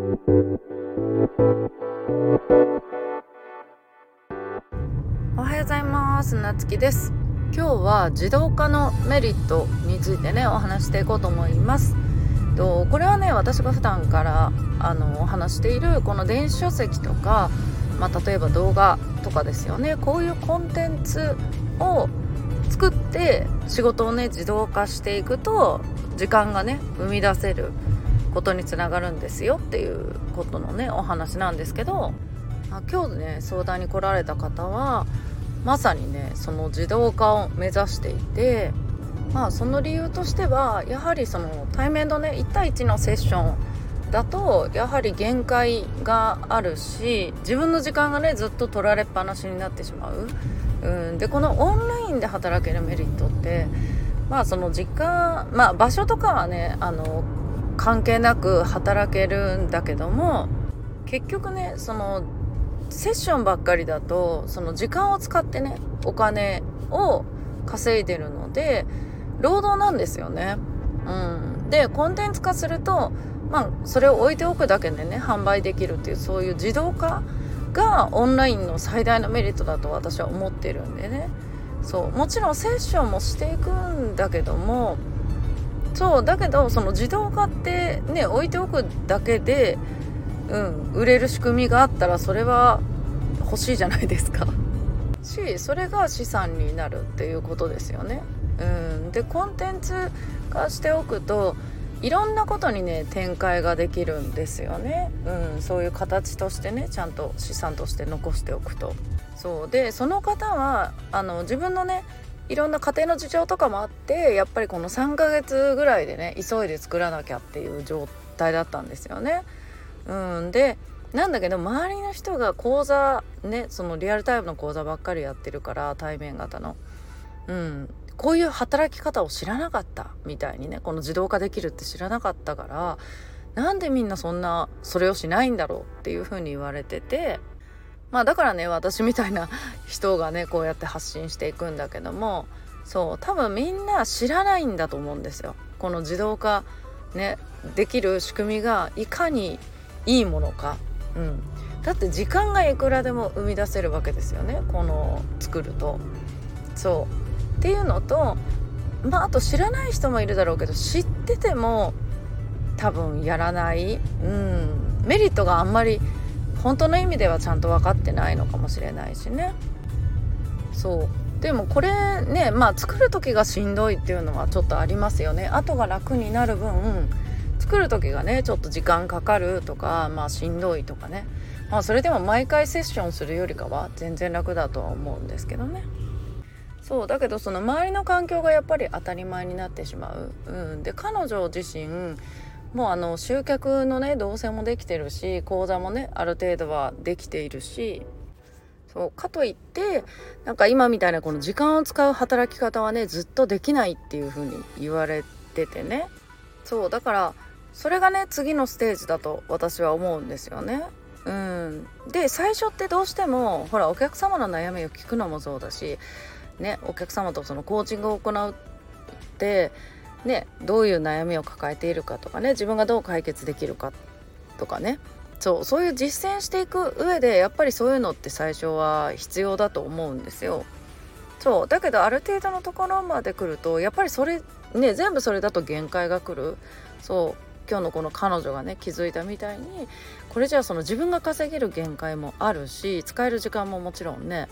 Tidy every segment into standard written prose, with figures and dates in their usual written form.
おはようございます。なつきです。今日は自動化のメリットについてねお話していこうと思います。これはね、私が普段からお話しているこの電子書籍とか、例えば動画とかですよね。こういうコンテンツを作って仕事をね自動化していくと時間がね生み出せることにつながるんですよっていうことのねお話なんですけど、今日ね相談に来られた方はまさにねその自動化を目指していて、その理由としてはやはりその対面のね1対1のセッションだとやはり限界があるし、自分の時間がねずっと取られっぱなしになってしまう。でこのオンラインで働けるメリットってその時間、場所とかはね関係なく働けるんだけども、結局ねそのセッションばっかりだとその時間を使ってねお金を稼いでるので労働なんですよね。でコンテンツ化するとそれを置いておくだけでね販売できるっていう、そういう自動化がオンラインの最大のメリットだと私は思ってるんでね。もちろんセッションもしていくんだけども、だけどその自動化ってね置いておくだけで売れる仕組みがあったらそれは欲しいじゃないですかそれが資産になるっていうことですよね。でコンテンツ化しておくといろんなことにね展開ができるんですよね。そういう形としてねちゃんと資産として残しておくと。でその方は自分のねいろんな家庭の事情とかもあってやっぱりこの3ヶ月ぐらいでね急いで作らなきゃっていう状態だったんですよね。でなんだけど周りの人が講座ねそのリアルタイムの講座ばっかりやってるから、対面型のこういう働き方を知らなかったみたいにね、この自動化できるって知らなかったから、なんでみんなそれをしないんだろうっていう風に言われてて、だからね私みたいな人がねこうやって発信していくんだけども、多分みんな知らないんだと思うんですよ。この自動化ねできる仕組みがいかにいいものか。だって時間がいくらでも生み出せるわけですよね、この作ると。っていうのと、あと知らない人もいるだろうけど、知ってても多分やらない、メリットがあんまり本当の意味ではちゃんと分かってないのかもしれないしね。でもこれね作る時がしんどいっていうのはちょっとありますよね。後が楽になる分作る時がねちょっと時間かかるとかしんどいとかね、それでも毎回セッションするよりかは全然楽だとは思うんですけどね。だけどその周りの環境がやっぱり当たり前になってしまう。で彼女自身もう集客のね動線もできてるし、講座もねある程度はできているし、かといって今みたいなこの時間を使う働き方はねずっとできないっていう風に言われててね。だからそれがね次のステージだと私は思うんですよね。で最初ってどうしてもほらお客様の悩みを聞くのもそうだしね、お客様とそのコーチングを行うってね、どういう悩みを抱えているかとかね、自分がどう解決できるかとかね、そういう実践していく上でやっぱりそういうのって最初は必要だと思うんですよ。だけどある程度のところまで来るとやっぱりそれね全部それだと限界が来る。今日のこの彼女がね気づいたみたいに、これじゃあその自分が稼げる限界もあるし、使える時間ももちろんね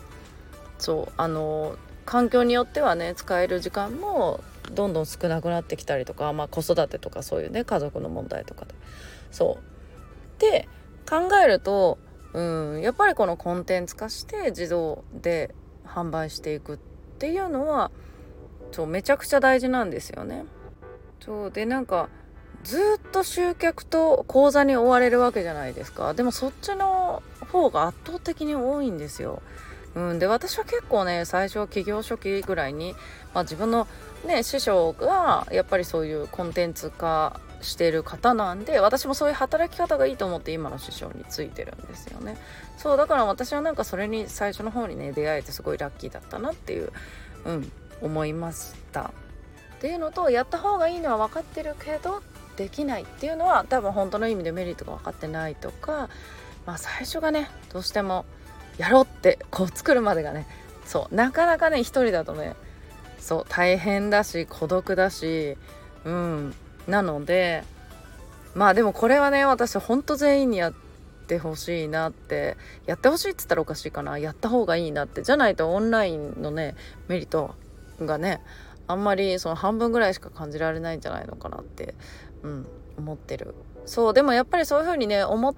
環境によってはね使える時間もどんどん少なくなってきたりとか、子育てとかそういうね家族の問題とかでで考えるとやっぱりこのコンテンツ化して自動で販売していくっていうのはめちゃくちゃ大事なんですよね。でずっと集客と講座に追われるわけじゃないですか。でもそっちの方が圧倒的に多いんですよ。で私は結構ね最初起業初期ぐらいに、自分のね師匠がやっぱりそういうコンテンツ化している方なんで、私もそういう働き方がいいと思って今の師匠についてるんですよね。だから私はそれに最初の方にね出会えてすごいラッキーだったなっていう思いましたっていうのと、やった方がいいのは分かってるけどできないっていうのは多分本当の意味でメリットが分かってないとか、最初がねどうしてもやろうってこう作るまでがね、そうなかなかね一人だとねそう大変だし孤独だし、なのででもこれはね私本当全員にやってほしいなって、やってほしいって言ったらおかしいかな、やった方がいいなって、じゃないとオンラインのねメリットがねあんまりその半分ぐらいしか感じられないんじゃないのかなって、思ってる。そうでもやっぱりそういう風にね思って、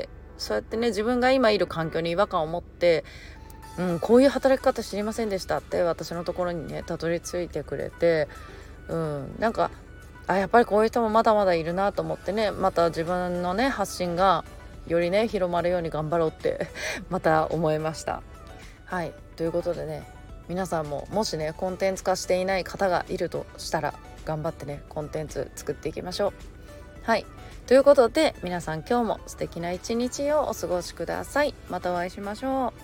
そうやってね自分が今いる環境に違和感を持って、こういう働き方知りませんでしたって私のところにねたどり着いてくれて、なんかやっぱりこういう人もまだまだいるなと思ってね、また自分のね発信がよりね広まるように頑張ろうってまた思いました。はい、ということでね、皆さんももしねコンテンツ化していない方がいるとしたら頑張ってねコンテンツ作っていきましょう。はい、ということで皆さん今日も素敵な一日をお過ごしください。またお会いしましょう。